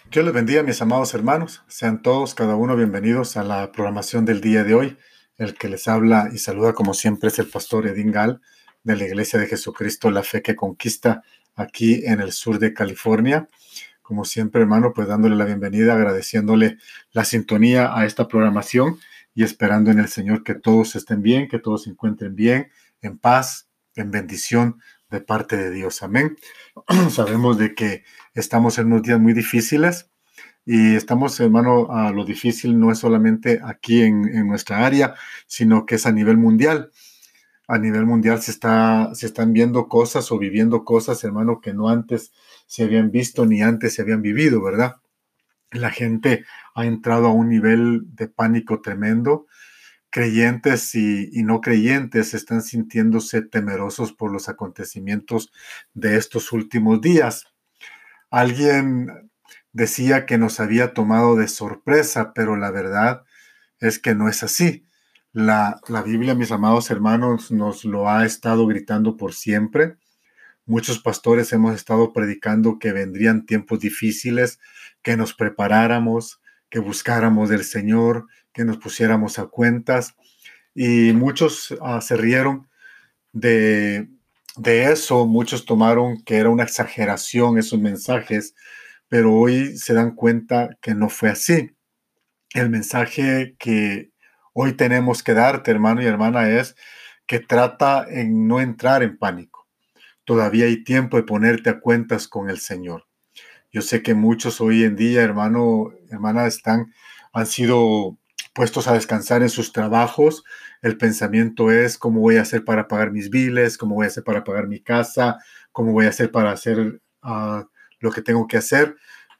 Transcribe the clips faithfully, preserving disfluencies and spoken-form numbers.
Dios les bendiga, mis amados hermanos. Sean todos, cada uno, bienvenidos a la programación del día de hoy. El que les habla y saluda, como siempre, es el pastor Edín Gal, de la Iglesia de Jesucristo, la fe que conquista, aquí en el sur de California. Como siempre, hermano, pues dándole la bienvenida, agradeciéndole la sintonía a esta programación y esperando en el Señor que todos estén bien, que todos se encuentren bien, en paz, en bendición de parte de Dios. Amén. Sabemos de que estamos en unos días muy difíciles y estamos, hermano, a lo difícil no es solamente aquí en, en nuestra área, sino que es a nivel mundial. A nivel mundial se está, se están viendo cosas o viviendo cosas, hermano, que no antes se habían visto ni antes se habían vivido, ¿verdad? La gente ha entrado a un nivel de pánico tremendo. Creyentes y, y no creyentes están sintiéndose temerosos por los acontecimientos de estos últimos días. Alguien decía que nos había tomado de sorpresa, pero la verdad es que no es así. La, la Biblia, mis amados hermanos, nos lo ha estado gritando por siempre. Muchos pastores hemos estado predicando que vendrían tiempos difíciles, que nos preparáramos, que buscáramos del Señor, que nos pusiéramos a cuentas. Y muchos uh, se rieron de, de eso, muchos tomaron que era una exageración esos mensajes, pero hoy se dan cuenta que no fue así. El mensaje que hoy tenemos que darte, hermano y hermana, es que trata en no entrar en pánico. Todavía hay tiempo de ponerte a cuentas con el Señor. Yo sé que muchos hoy en día, hermano, hermana, están, han sido puestos a descansar en sus trabajos. El pensamiento es cómo voy a hacer para pagar mis biles, cómo voy a hacer para pagar mi casa, cómo voy a hacer para hacer uh, lo que tengo que hacer.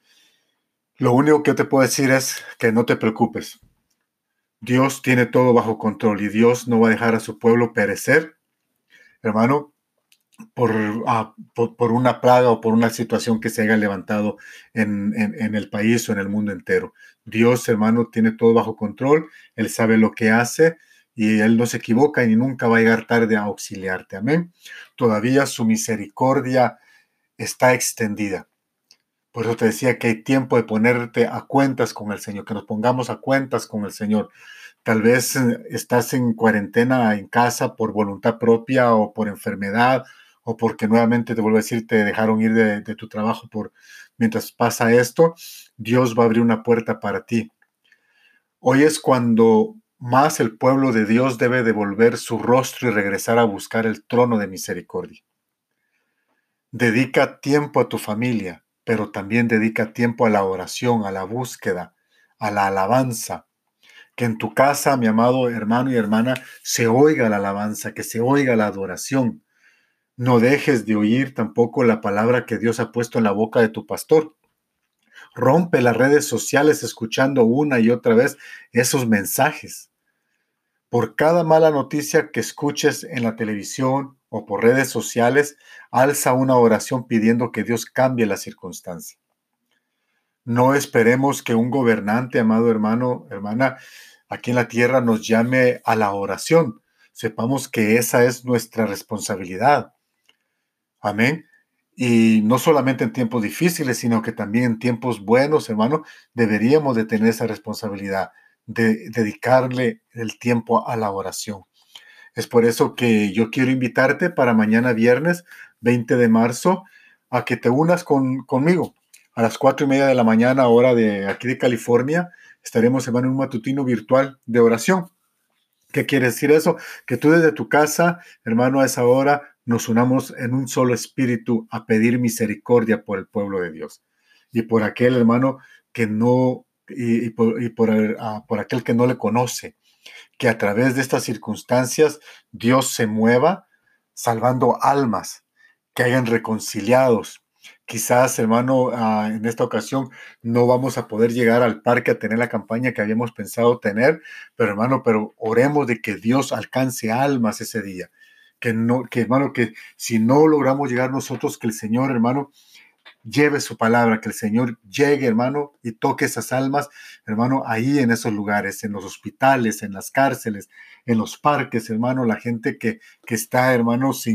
Lo único que yo te puedo decir es que no te preocupes. Dios tiene todo bajo control y Dios no va a dejar a su pueblo perecer, hermano, por, uh, por, por una plaga o por una situación que se haya levantado en, en, en el país o en el mundo entero. Dios, hermano, tiene todo bajo control, Él sabe lo que hace y Él no se equivoca y nunca va a llegar tarde a auxiliarte. Amén. Todavía su misericordia está extendida. Por eso te decía que hay tiempo de ponerte a cuentas con el Señor, que nos pongamos a cuentas con el Señor. Tal vez eh, estás en cuarentena en casa por voluntad propia o por enfermedad o porque nuevamente, te vuelvo a decir, te dejaron ir de, de tu trabajo por mientras pasa esto. Dios va a abrir una puerta para ti. Hoy es cuando más el pueblo de Dios debe devolver su rostro y regresar a buscar el trono de misericordia. Dedica tiempo a tu familia, pero también dedica tiempo a la oración, a la búsqueda, a la alabanza. Que en tu casa, mi amado hermano y hermana, se oiga la alabanza, que se oiga la adoración. No dejes de oír tampoco la palabra que Dios ha puesto en la boca de tu pastor. Rompe las redes sociales escuchando una y otra vez esos mensajes. Por cada mala noticia que escuches en la televisión o por redes sociales, alza una oración pidiendo que Dios cambie la circunstancia. No esperemos que un gobernante, amado hermano, hermana, aquí en la tierra nos llame a la oración. Sepamos que esa es nuestra responsabilidad. Amén. Y no solamente en tiempos difíciles, sino que también en tiempos buenos, hermano, deberíamos de tener esa responsabilidad de dedicarle el tiempo a la oración. Es por eso que yo quiero invitarte para mañana viernes veinte de marzo a que te unas con, conmigo. A las cuatro y media de la mañana, hora de aquí de California, estaremos, hermano, en un matutino virtual de oración. ¿Qué quiere decir eso? Que tú desde tu casa, hermano, a esa hora nos unamos en un solo espíritu a pedir misericordia por el pueblo de Dios. Y por aquel hermano que no, y, y por, y por, uh, por aquel que no le conoce, que a través de estas circunstancias Dios se mueva salvando almas, que hayan reconciliados. Quizás, hermano, uh, en esta ocasión no vamos a poder llegar al parque a tener la campaña que habíamos pensado tener, pero hermano, pero oremos de que Dios alcance almas ese día. Que no, que hermano, que si no logramos llegar nosotros, que el Señor, hermano, lleve su palabra, que el Señor llegue, hermano, y toque esas almas, hermano, ahí en esos lugares, en los hospitales, en las cárceles, en los parques, hermano, la gente que, que está, hermano, sin,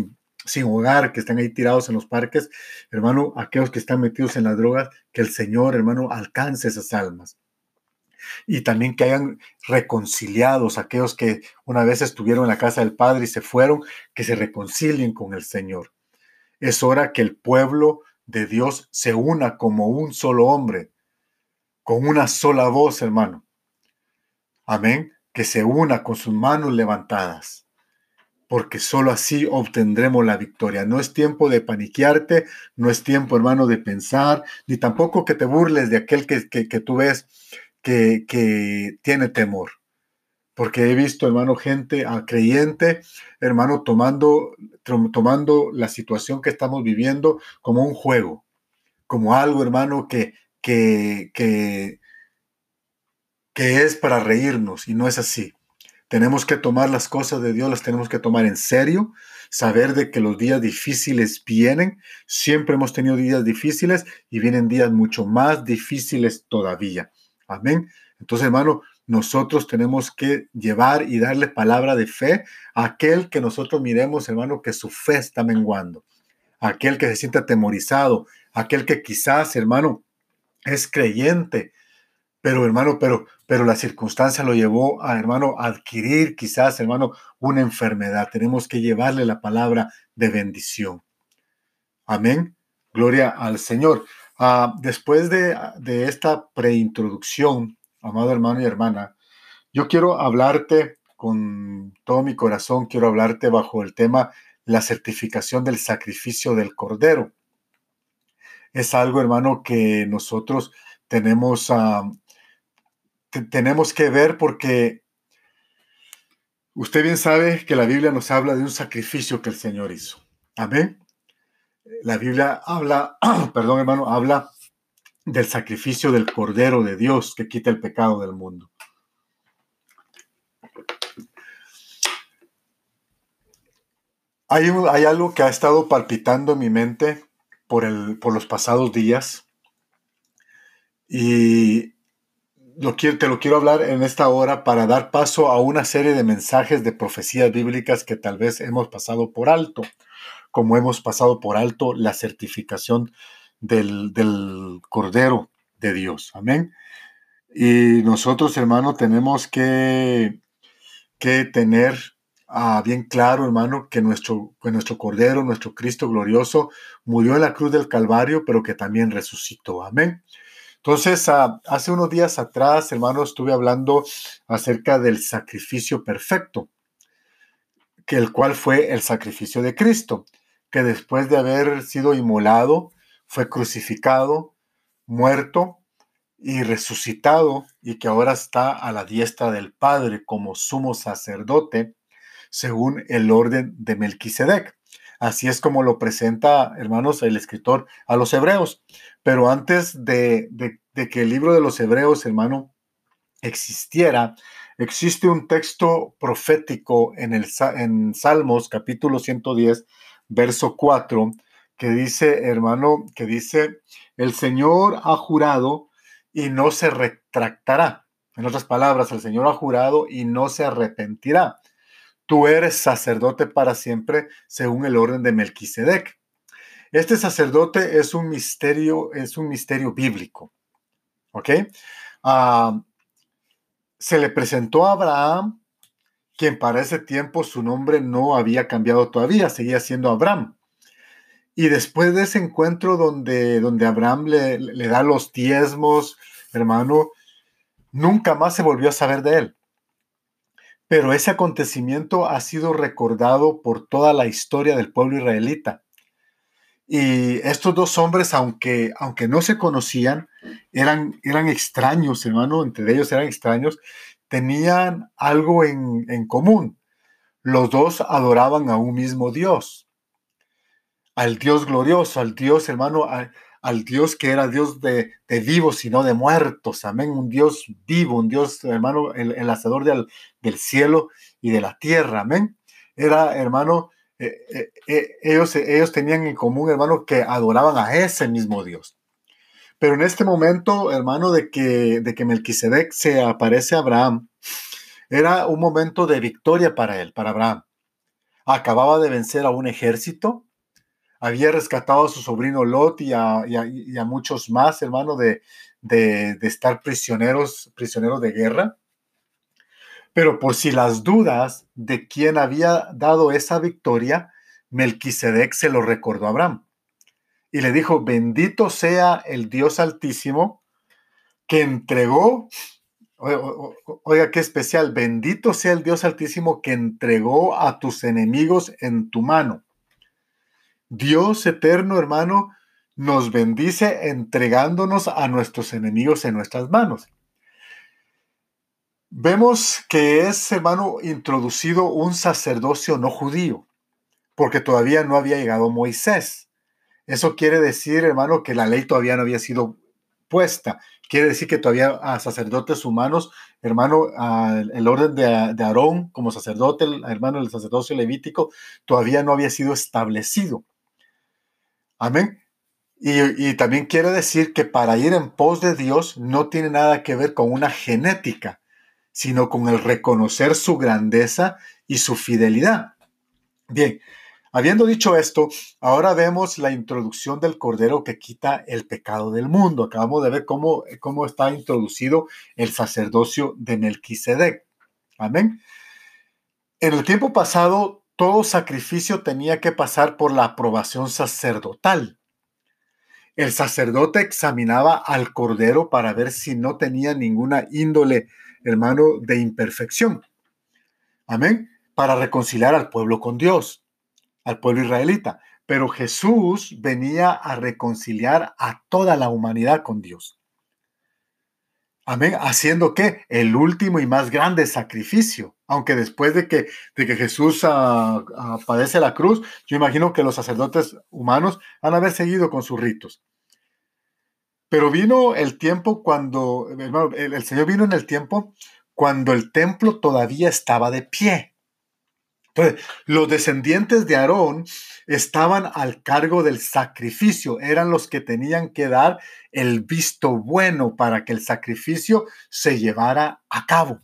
sin hogar, que están ahí tirados en los parques, hermano, aquellos que están metidos en las drogas, que el Señor, hermano, alcance esas almas. Y también que hayan reconciliados aquellos que una vez estuvieron en la casa del Padre y se fueron, que se reconcilien con el Señor. Es hora que el pueblo de Dios se una como un solo hombre, con una sola voz, hermano. Amén. Que se una con sus manos levantadas, porque solo así obtendremos la victoria. No es tiempo de paniquearte, no es tiempo, hermano, de pensar, ni tampoco que te burles de aquel que, que, que tú ves que, que tiene temor. Porque he visto, hermano, gente a creyente, hermano, tomando, tomando la situación que estamos viviendo como un juego, como algo, hermano, que, que, que, que es para reírnos, y no es así. Tenemos que tomar las cosas de Dios, las tenemos que tomar en serio, saber de que los días difíciles vienen. Siempre hemos tenido días difíciles y vienen días mucho más difíciles todavía. Amén. Entonces, hermano, nosotros tenemos que llevar y darle palabra de fe a aquel que nosotros miremos, hermano, que su fe está menguando. A aquel que se siente atemorizado, aquel que quizás, hermano, es creyente, pero, hermano, pero, pero la circunstancia lo llevó a, hermano, a adquirir quizás, hermano, una enfermedad. Tenemos que llevarle la palabra de bendición. Amén. Gloria al Señor. Uh, después de, de esta preintroducción, amado hermano y hermana, yo quiero hablarte con todo mi corazón, quiero hablarte bajo el tema la certificación del sacrificio del Cordero. Es algo, hermano, que nosotros tenemos... Uh, tenemos que ver porque usted bien sabe que la Biblia nos habla de un sacrificio que el Señor hizo. Amén. La Biblia habla, perdón hermano, habla del sacrificio del Cordero de Dios que quita el pecado del mundo. Hay, un, hay algo que ha estado palpitando en mi mente por, el, por los pasados días y Lo quiero, te lo quiero hablar en esta hora para dar paso a una serie de mensajes de profecías bíblicas que tal vez hemos pasado por alto, como hemos pasado por alto la certificación del, del Cordero de Dios. Amén. Y nosotros, hermano, tenemos que, que tener ah, bien claro, hermano, que nuestro, que nuestro Cordero, nuestro Cristo glorioso, murió en la cruz del Calvario, pero que también resucitó. Amén. Entonces, uh, hace unos días atrás, hermano, estuve hablando acerca del sacrificio perfecto, que el cual fue el sacrificio de Cristo, que después de haber sido inmolado, fue crucificado, muerto y resucitado, y que ahora está a la diestra del Padre como sumo sacerdote, según el orden de Melquisedec. Así es como lo presenta, hermanos, el escritor a los hebreos. Pero antes de, de, de que el libro de los hebreos, hermano, existiera, existe un texto profético en, el, en Salmos, capítulo ciento diez, verso cuatro, que dice, hermano, que dice, el Señor ha jurado y no se retractará. En otras palabras, el Señor ha jurado y no se arrepentirá. Tú eres sacerdote para siempre según el orden de Melquisedec. Este sacerdote es un misterio, es un misterio bíblico. ¿Ok? Uh, se le presentó a Abraham, quien para ese tiempo su nombre no había cambiado todavía, seguía siendo Abraham. Y después de ese encuentro donde, donde Abraham le, le da los diezmos, hermano, nunca más se volvió a saber de él. Pero ese acontecimiento ha sido recordado por toda la historia del pueblo israelita. Y estos dos hombres, aunque, aunque no se conocían, eran, eran extraños, hermano, entre ellos eran extraños, tenían algo en, en común. Los dos adoraban a un mismo Dios, al Dios glorioso, al Dios, hermano, al, al Dios que era Dios de, de vivos y no de muertos, amén, un Dios vivo, un Dios, hermano, el, el hacedor del, del cielo y de la tierra, amén. Era, hermano, eh, eh, eh, ellos, ellos tenían en común, hermano, que adoraban a ese mismo Dios. Pero en este momento, hermano, de que, de que Melquisedec se aparece a Abraham, era un momento de victoria para él, para Abraham. acababa de vencer a un ejército, había rescatado a su sobrino Lot y a, y a, y a muchos más, hermano, de, de, de estar prisioneros, prisioneros de guerra. Pero por si las dudas de quién había dado esa victoria, Melquisedec se lo recordó a Abraham y le dijo: bendito sea el Dios Altísimo que entregó, oiga qué especial, bendito sea el Dios Altísimo que entregó a tus enemigos en tu mano. Dios eterno, hermano, nos bendice entregándonos a nuestros enemigos en nuestras manos. Vemos que es, hermano, introducido un sacerdocio no judío, porque todavía no había llegado Moisés. Eso quiere decir, hermano, que la ley todavía no había sido puesta. Quiere decir que todavía a sacerdotes humanos, hermano, a el orden de, de Aarón como sacerdote, el, hermano, el sacerdocio levítico, todavía no había sido establecido. Amén. Y, y también quiere decir que para ir en pos de Dios no tiene nada que ver con una genética, sino con el reconocer su grandeza y su fidelidad. Bien, habiendo dicho esto, ahora vemos la introducción del Cordero que quita el pecado del mundo. Acabamos de ver cómo, cómo está introducido el sacerdocio de Melquisedec. Amén. En el tiempo pasado, todo sacrificio tenía que pasar por la aprobación sacerdotal. El sacerdote examinaba al Cordero para ver si no tenía ninguna índole, hermano, de imperfección. Amén. Para reconciliar al pueblo con Dios, al pueblo israelita. Pero Jesús venía a reconciliar a toda la humanidad con Dios. Amén. ¿Haciendo qué? El último y más grande sacrificio. Aunque después de que, de que Jesús uh, uh, padece la cruz, yo imagino que los sacerdotes humanos van a haber seguido con sus ritos. Pero vino el tiempo cuando, hermano, el, el Señor vino en el tiempo cuando el templo todavía estaba de pie. Entonces, los descendientes de Aarón estaban al cargo del sacrificio, eran los que tenían que dar el visto bueno para que el sacrificio se llevara a cabo.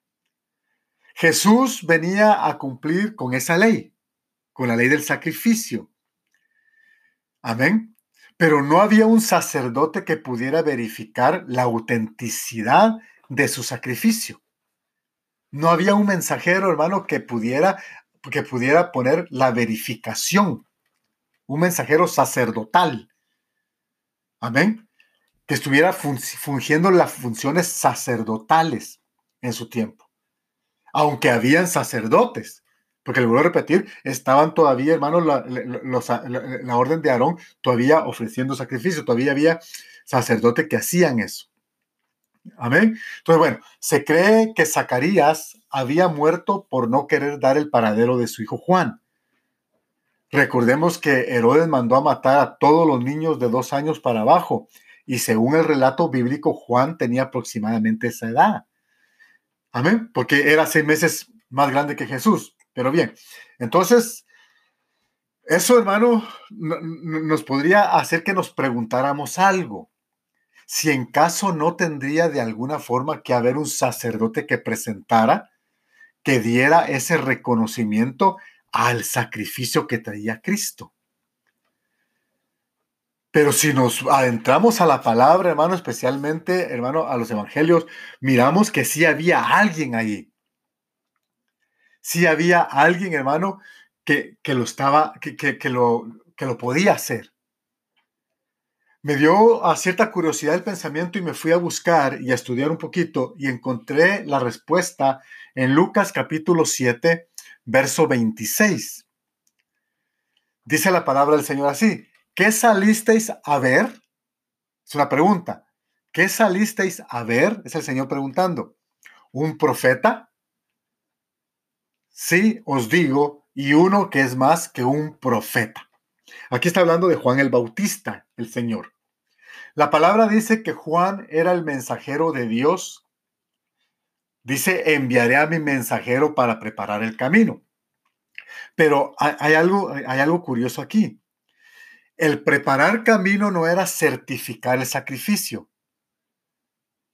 Jesús venía a cumplir con esa ley, con la ley del sacrificio. Amén. Pero no había un sacerdote que pudiera verificar la autenticidad de su sacrificio. No había un mensajero, hermano, que pudiera, que pudiera poner la verificación. Un mensajero sacerdotal. Amén. Que estuviera fungiendo las funciones sacerdotales en su tiempo. Aunque habían sacerdotes. Porque le vuelvo a repetir, estaban todavía, hermanos, la, la, la, la orden de Aarón todavía ofreciendo sacrificio, todavía había sacerdotes que hacían eso. Amén. Entonces, bueno, se cree que Zacarías había muerto por no querer dar el paradero de su hijo Juan. Recordemos que Herodes mandó a matar a todos los niños de dos años para abajo, y según el relato bíblico, Juan tenía aproximadamente esa edad. Amén, porque era seis meses más grande que Jesús. Pero bien, entonces, eso, hermano, nos podría hacer que nos preguntáramos algo. Si en caso no tendría de alguna forma que haber un sacerdote que presentara, que diera ese reconocimiento al sacrificio que traía Cristo. Pero si nos adentramos a la palabra, hermano, especialmente, hermano, a los evangelios, miramos que sí había alguien ahí. Sí había alguien, hermano, que, que lo estaba, que, que, que, lo, que lo podía hacer. Me dio a cierta curiosidad el pensamiento y me fui a buscar y a estudiar un poquito y encontré la respuesta en Lucas capítulo siete, verso veintiséis. Dice la palabra del Señor así: ¿qué salisteis a ver? Es una pregunta. ¿Qué salisteis a ver? Es el Señor preguntando. ¿Un profeta? Sí, os digo, y uno que es más que un profeta. Aquí está hablando de Juan el Bautista, el Señor. La palabra dice que Juan era el mensajero de Dios. Dice, enviaré a mi mensajero para preparar el camino. Pero hay, hay, algo, hay algo curioso aquí. El preparar camino no era certificar el sacrificio.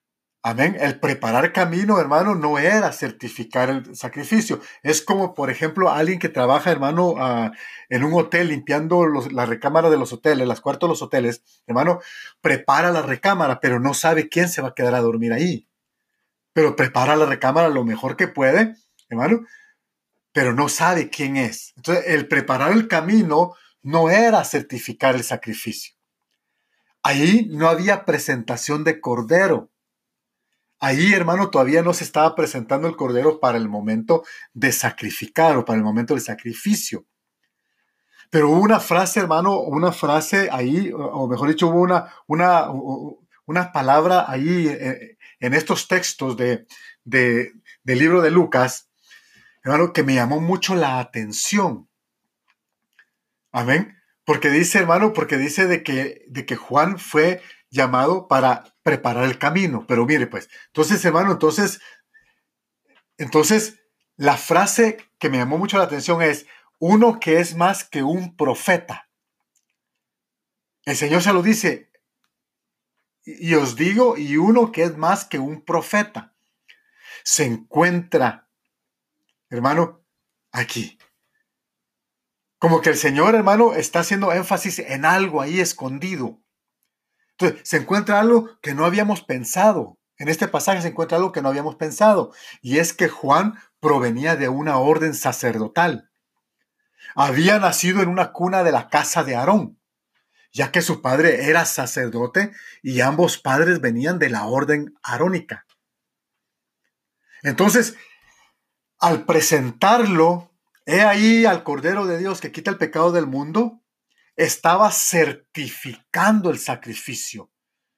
Amén. El preparar camino, hermano, no era certificar el sacrificio. Es como, por ejemplo, alguien que trabaja, hermano, uh, en un hotel limpiando los, la recámara de los hoteles, las cuartos de los hoteles. Hermano, prepara la recámara, pero no sabe quién se va a quedar a dormir ahí. Pero prepara la recámara lo mejor que puede, hermano, pero no sabe quién es. Entonces, el preparar el camino no era certificar el sacrificio. Ahí no había presentación de cordero. Ahí, hermano, todavía no se estaba presentando el cordero para el momento de sacrificar o para el momento del sacrificio. Pero hubo una frase, hermano, una frase ahí, o mejor dicho, hubo una, una, una palabra ahí en estos textos de, de, del libro de Lucas, hermano, que me llamó mucho la atención. Amén. Porque dice, hermano, porque dice de que, de que Juan fue llamado para preparar el camino. Pero mire, pues, entonces, hermano, entonces, entonces, la frase que me llamó mucho la atención es, uno que es más que un profeta. El Señor se lo dice, y os digo, y uno que es más que un profeta, se encuentra, hermano, aquí. Como que el Señor, hermano, está haciendo énfasis en algo ahí escondido. Entonces, se encuentra algo que no habíamos pensado. En este pasaje se encuentra algo que no habíamos pensado. Y es que Juan provenía de una orden sacerdotal. Había nacido en una cuna de la casa de Aarón, ya que su padre era sacerdote y ambos padres venían de la orden arónica. Entonces, al presentarlo, he ahí al Cordero de Dios que quita el pecado del mundo, estaba certificando el sacrificio.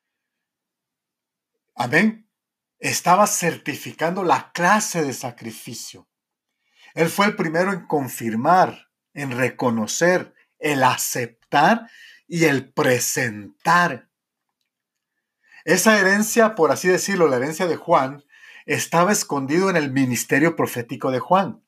Amén. Estaba certificando la clase de sacrificio. Él fue el primero en confirmar, en reconocer, el aceptar y el presentar. Esa herencia, por así decirlo, la herencia de Juan, estaba escondido en el ministerio profético de Juan.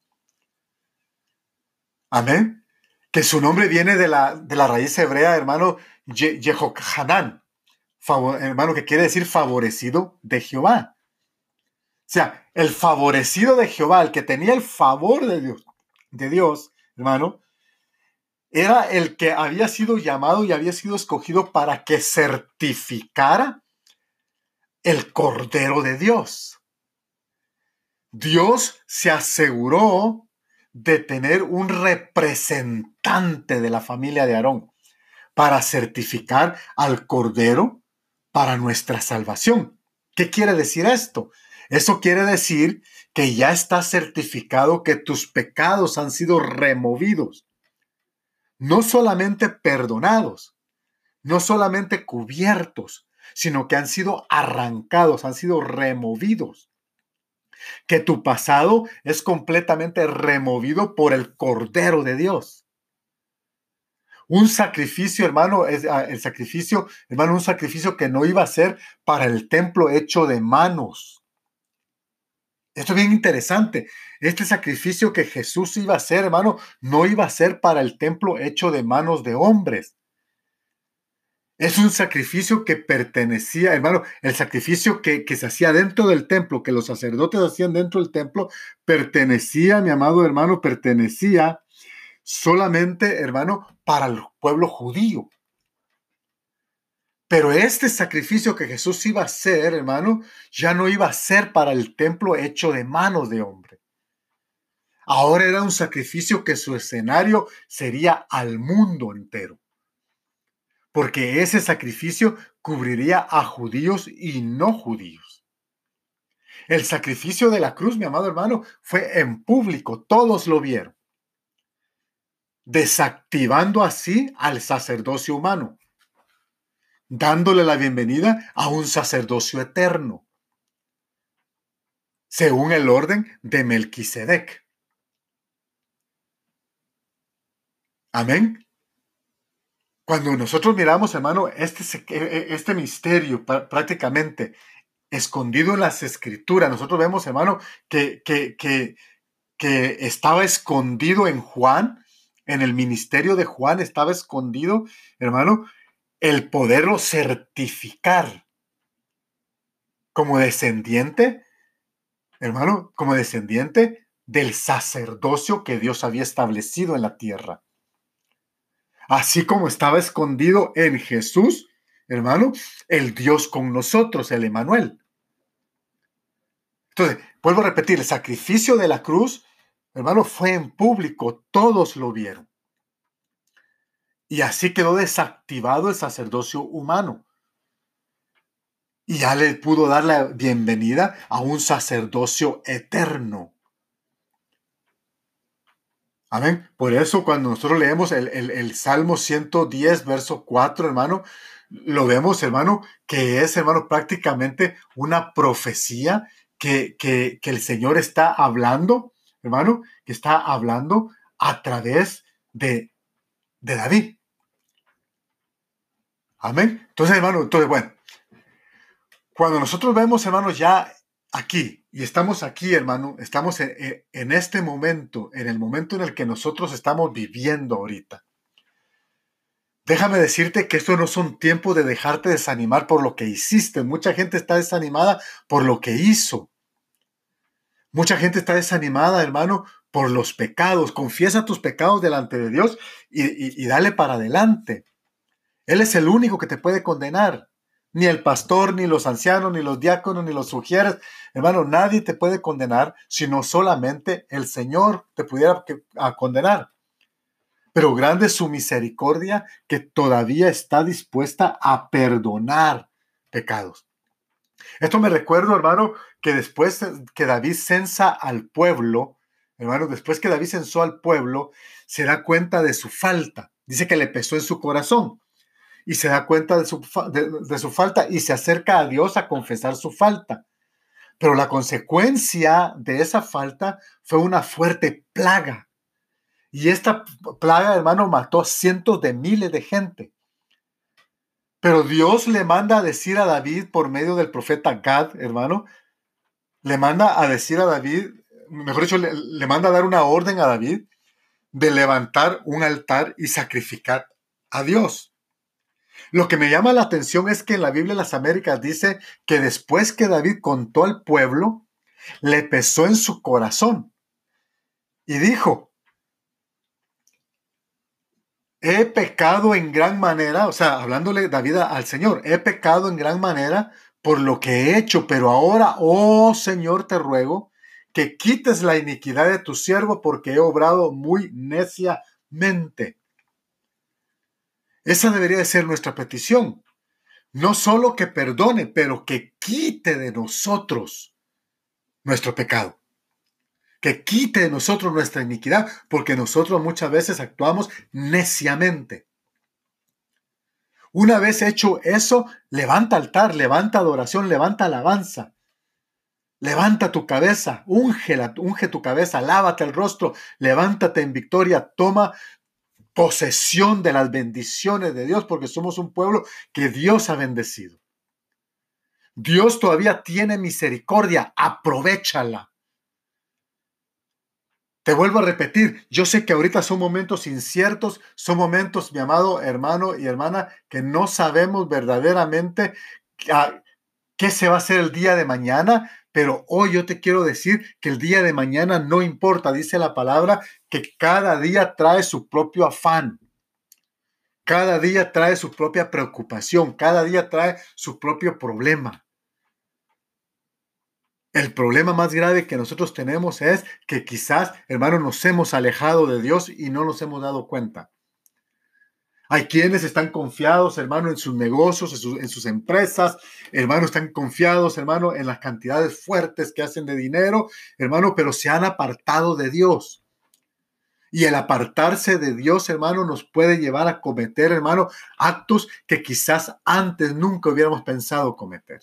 Amén. Que su nombre viene de la, de la raíz hebrea, hermano, Ye- Yehohanan, hermano, que quiere decir favorecido de Jehová. O sea, el favorecido de Jehová, el que tenía el favor de Dios, de Dios, hermano, era el que había sido llamado y había sido escogido para que certificara el Cordero de Dios. Dios se aseguró de tener un representante de la familia de Aarón para certificar al Cordero para nuestra salvación. ¿Qué quiere decir esto? Eso quiere decir que ya está certificado que tus pecados han sido removidos, no solamente perdonados, no solamente cubiertos, sino que han sido arrancados, han sido removidos. Que tu pasado es completamente removido por el Cordero de Dios. Un sacrificio, hermano, es el sacrificio, hermano, un sacrificio que no iba a ser para el templo hecho de manos. Esto es bien interesante. Este sacrificio que Jesús iba a hacer, hermano, no iba a ser para el templo hecho de manos de hombres. Es un sacrificio que pertenecía, hermano, el sacrificio que, que se hacía dentro del templo, que los sacerdotes hacían dentro del templo, pertenecía, mi amado hermano, pertenecía solamente, hermano, para el pueblo judío. Pero este sacrificio que Jesús iba a hacer, hermano, ya no iba a ser para el templo hecho de manos de hombre. Ahora era un sacrificio que su escenario sería al mundo entero. Porque ese sacrificio cubriría a judíos y no judíos. El sacrificio de la cruz, mi amado hermano, fue en público, todos lo vieron, desactivando así al sacerdocio humano, dándole la bienvenida a un sacerdocio eterno, según el orden de Melquisedec. Amén. Cuando nosotros miramos, hermano, este, este misterio prácticamente escondido en las escrituras, nosotros vemos, hermano, que, que, que, que estaba escondido en Juan, en el ministerio de Juan estaba escondido, hermano, el poderlo certificar como descendiente, hermano, como descendiente del sacerdocio que Dios había establecido en la tierra. Así como estaba escondido en Jesús, hermano, el Dios con nosotros, el Emmanuel. Entonces, vuelvo a repetir, el sacrificio de la cruz, hermano, fue en público, todos lo vieron. Y así quedó desactivado el sacerdocio humano. Y ya le pudo dar la bienvenida a un sacerdocio eterno. Amén. Por eso cuando nosotros leemos el, el, el Salmo ciento diez, verso cuatro, hermano, lo vemos, hermano, que es, hermano, prácticamente una profecía que, que, que el Señor está hablando, hermano, que está hablando a través de, de David. Amén. Entonces, hermano, entonces, bueno, cuando nosotros vemos, hermano, ya aquí, y estamos aquí, hermano, estamos en, en este momento, en el momento en el que nosotros estamos viviendo ahorita. Déjame decirte que esto no son tiempos de dejarte desanimar por lo que hiciste. Mucha gente está desanimada por lo que hizo. Mucha gente está desanimada, hermano, por los pecados. Confiesa tus pecados delante de Dios y, y, y dale para adelante. Él es el único que te puede condenar. Ni el pastor, ni los ancianos, ni los diáconos, ni los sugieres. Hermano, nadie te puede condenar, sino solamente el Señor te pudiera condenar. Pero grande es su misericordia, que todavía está dispuesta a perdonar pecados. Esto me recuerdo, hermano, que después que David censa al pueblo, hermano, después que David censó al pueblo, se da cuenta de su falta. Dice que le pesó en su corazón. Y se da cuenta de su, de, de su falta y se acerca a Dios a confesar su falta. Pero la consecuencia de esa falta fue una fuerte plaga. Y esta plaga, hermano, mató a cientos de miles de gente. Pero Dios le manda a decir a David por medio del profeta Gad, hermano, le manda a decir a David, mejor dicho, le, le manda a dar una orden a David de levantar un altar y sacrificar a Dios. Lo que me llama la atención es que en la Biblia de las Américas dice que después que David contó al pueblo, le pesó en su corazón y dijo, he pecado en gran manera, o sea, hablándole David al Señor, he pecado en gran manera por lo que he hecho, pero ahora, oh Señor, te ruego que quites la iniquidad de tu siervo porque he obrado muy neciamente. Esa debería de ser nuestra petición. No solo que perdone, pero que quite de nosotros nuestro pecado. Que quite de nosotros nuestra iniquidad, porque nosotros muchas veces actuamos neciamente. Una vez hecho eso, levanta altar, levanta adoración, levanta alabanza. Levanta tu cabeza, unge, la, unge tu cabeza, lávate el rostro, levántate en victoria, toma posesión de las bendiciones de Dios, porque somos un pueblo que Dios ha bendecido. Dios todavía tiene misericordia, aprovéchala. Te vuelvo a repetir, yo sé que ahorita son momentos inciertos, son momentos, mi amado hermano y hermana, que no sabemos verdaderamente qué se va a hacer el día de mañana, pero hoy yo te quiero decir que el día de mañana no importa, dice la palabra, que cada día trae su propio afán. Cada día trae su propia preocupación, cada día trae su propio problema. El problema más grave que nosotros tenemos es que quizás, hermano, nos hemos alejado de Dios y no nos hemos dado cuenta. Hay quienes están confiados, hermano, en sus negocios, en, su, en sus empresas, hermano, están confiados, hermano, en las cantidades fuertes que hacen de dinero, hermano, pero se han apartado de Dios. Y el apartarse de Dios, hermano, nos puede llevar a cometer, hermano, actos que quizás antes nunca hubiéramos pensado cometer.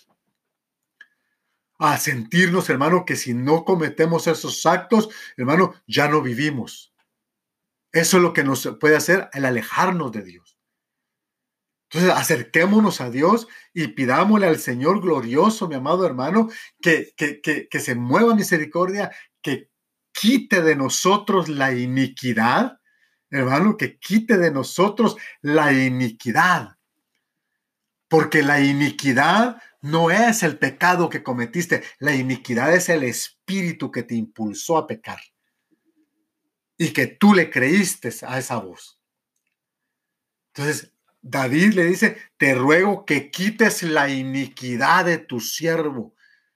A sentirnos, hermano, que si no cometemos esos actos, hermano, ya no vivimos. Eso es lo que nos puede hacer el alejarnos de Dios. Entonces, acerquémonos a Dios y pidámosle al Señor glorioso, mi amado hermano, que, que, que, que se mueva misericordia, que quite de nosotros la iniquidad, hermano, que quite de nosotros la iniquidad. Porque la iniquidad No es el pecado que cometiste. La iniquidad es el espíritu que te impulsó a pecar. Y que tú le creíste a esa voz. Entonces, David le dice, te ruego que quites la iniquidad de tu siervo.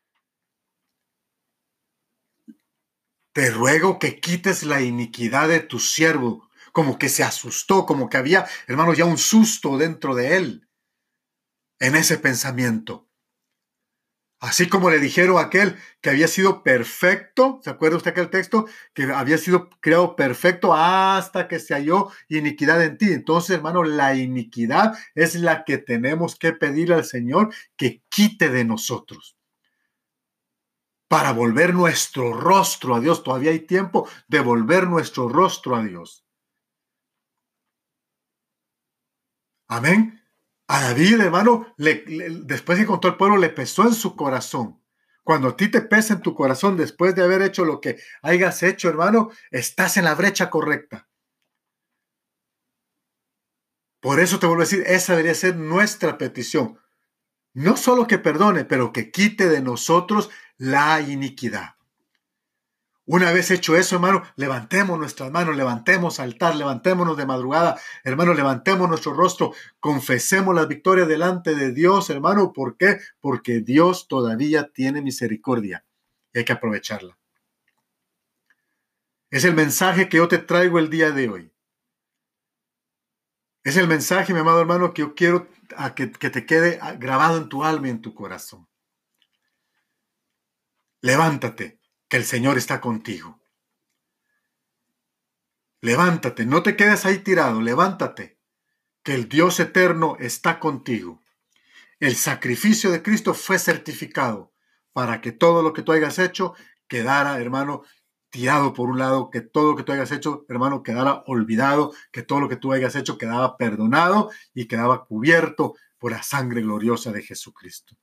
Te ruego que quites la iniquidad de tu siervo. Como que se asustó, como que había, hermano, ya un susto dentro de él. En ese pensamiento. Así como le dijeron a aquel que había sido perfecto, ¿se acuerda usted aquel texto? Que había sido creado perfecto hasta que se halló iniquidad en ti. Entonces, hermano, la iniquidad es la que tenemos que pedir al Señor que quite de nosotros. Para volver nuestro rostro a Dios. Todavía hay tiempo de volver nuestro rostro a Dios. Amén. A David, hermano, le, le, después que contó el pueblo, le pesó en su corazón. Cuando a ti te pesa en tu corazón después de haber hecho lo que hayas hecho, hermano, estás en la brecha correcta. Por eso te vuelvo a decir, esa debería ser nuestra petición. No solo que perdone, pero que quite de nosotros la iniquidad. Una vez hecho eso, hermano, levantemos nuestras manos, levantemos altar, levantémonos de madrugada, hermano, levantemos nuestro rostro, confesemos las victorias delante de Dios, hermano. ¿Por qué? Porque Dios todavía tiene misericordia y hay que aprovecharla. Es el mensaje que yo te traigo el día de hoy. Es el mensaje, mi amado hermano, que yo quiero a que, que te quede grabado en tu alma y en tu corazón. Levántate, que el Señor está contigo. Levántate, no te quedes ahí tirado, levántate, que el Dios eterno está contigo. El sacrificio de Cristo fue certificado para que todo lo que tú hayas hecho quedara, hermano, tirado por un lado, que todo lo que tú hayas hecho, hermano, quedara olvidado, que todo lo que tú hayas hecho quedaba perdonado y quedaba cubierto por la sangre gloriosa de Jesucristo.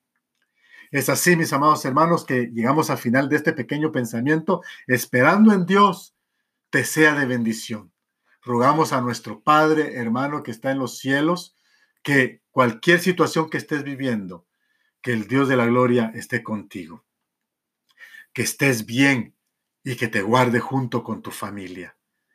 Es así, mis amados hermanos, que llegamos al final de este pequeño pensamiento, esperando en Dios te sea de bendición. Rogamos a nuestro Padre, hermano, que está en los cielos, que cualquier situación que estés viviendo, que el Dios de la gloria esté contigo. Que estés bien y que te guarde junto con tu familia.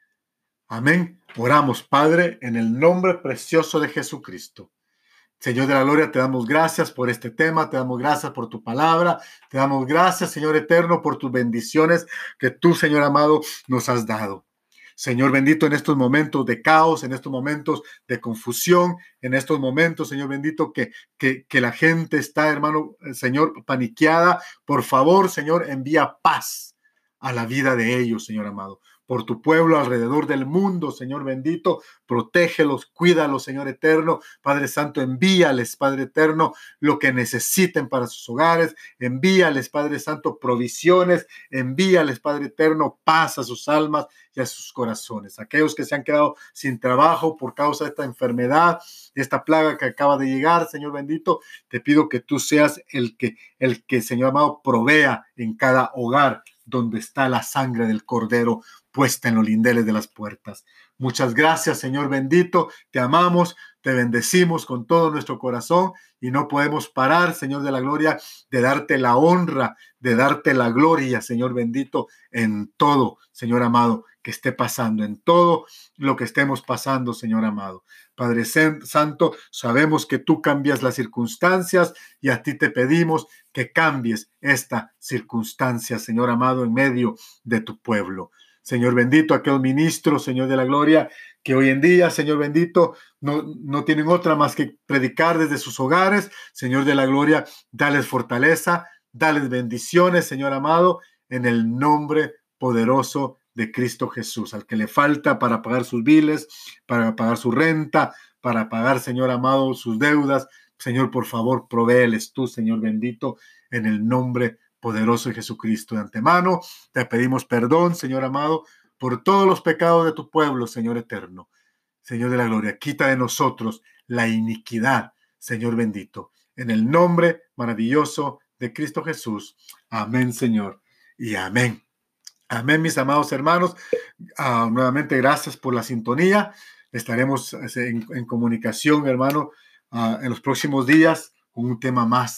Amén. Oramos, Padre, en el nombre precioso de Jesucristo. Señor de la gloria, te damos gracias por este tema, te damos gracias por tu palabra, te damos gracias, Señor eterno, por tus bendiciones que tú, Señor amado, nos has dado. Señor bendito, en estos momentos de caos, en estos momentos de confusión, en estos momentos, Señor bendito, que, que, que la gente está, hermano, Señor, paniqueada, por favor, Señor, envía paz a la vida de ellos, Señor amado. Por tu pueblo alrededor del mundo, Señor bendito, protégelos, cuídalos, Señor eterno. Padre Santo, envíales, Padre eterno, lo que necesiten para sus hogares. Envíales, Padre Santo, provisiones. Envíales, Padre eterno, paz a sus almas y a sus corazones. Aquellos que se han quedado sin trabajo por causa de esta enfermedad, de esta plaga que acaba de llegar, Señor bendito, te pido que tú seas el que, el que, Señor amado, provea en cada hogar donde está la sangre del Cordero puesta en los lindeles de las puertas. Muchas gracias, Señor bendito. Te amamos, te bendecimos con todo nuestro corazón y no podemos parar, Señor de la gloria, de darte la honra, de darte la gloria, Señor bendito, en todo, Señor amado, que esté pasando, en todo lo que estemos pasando, Señor amado. Padre Santo, sabemos que tú cambias las circunstancias y a ti te pedimos que cambies esta circunstancia, Señor amado, en medio de tu pueblo. Señor bendito, aquellos ministros, Señor de la gloria, que hoy en día, Señor bendito, no, no tienen otra más que predicar desde sus hogares. Señor de la gloria, dales fortaleza, dales bendiciones, Señor amado, en el nombre poderoso de Cristo Jesús. Al que le falta para pagar sus biles, para pagar su renta, para pagar, Señor amado, sus deudas, Señor, por favor, provéeles tú, Señor bendito, en el nombre poderoso de Jesucristo. De antemano, te pedimos perdón, Señor amado, por todos los pecados de tu pueblo, Señor eterno. Señor de la gloria, quita de nosotros la iniquidad, Señor bendito. En el nombre maravilloso de Cristo Jesús. Amén, Señor, y amén. Amén, mis amados hermanos. Uh, nuevamente, gracias por la sintonía. Estaremos en, en comunicación, hermano, uh, en los próximos días con un tema más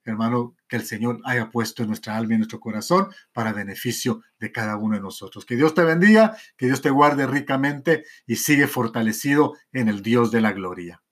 hermano, que el Señor haya puesto en nuestra alma y en nuestro corazón para beneficio de cada uno de nosotros. Que Dios te bendiga, que Dios te guarde ricamente y sigue fortalecido en el Dios de la gloria.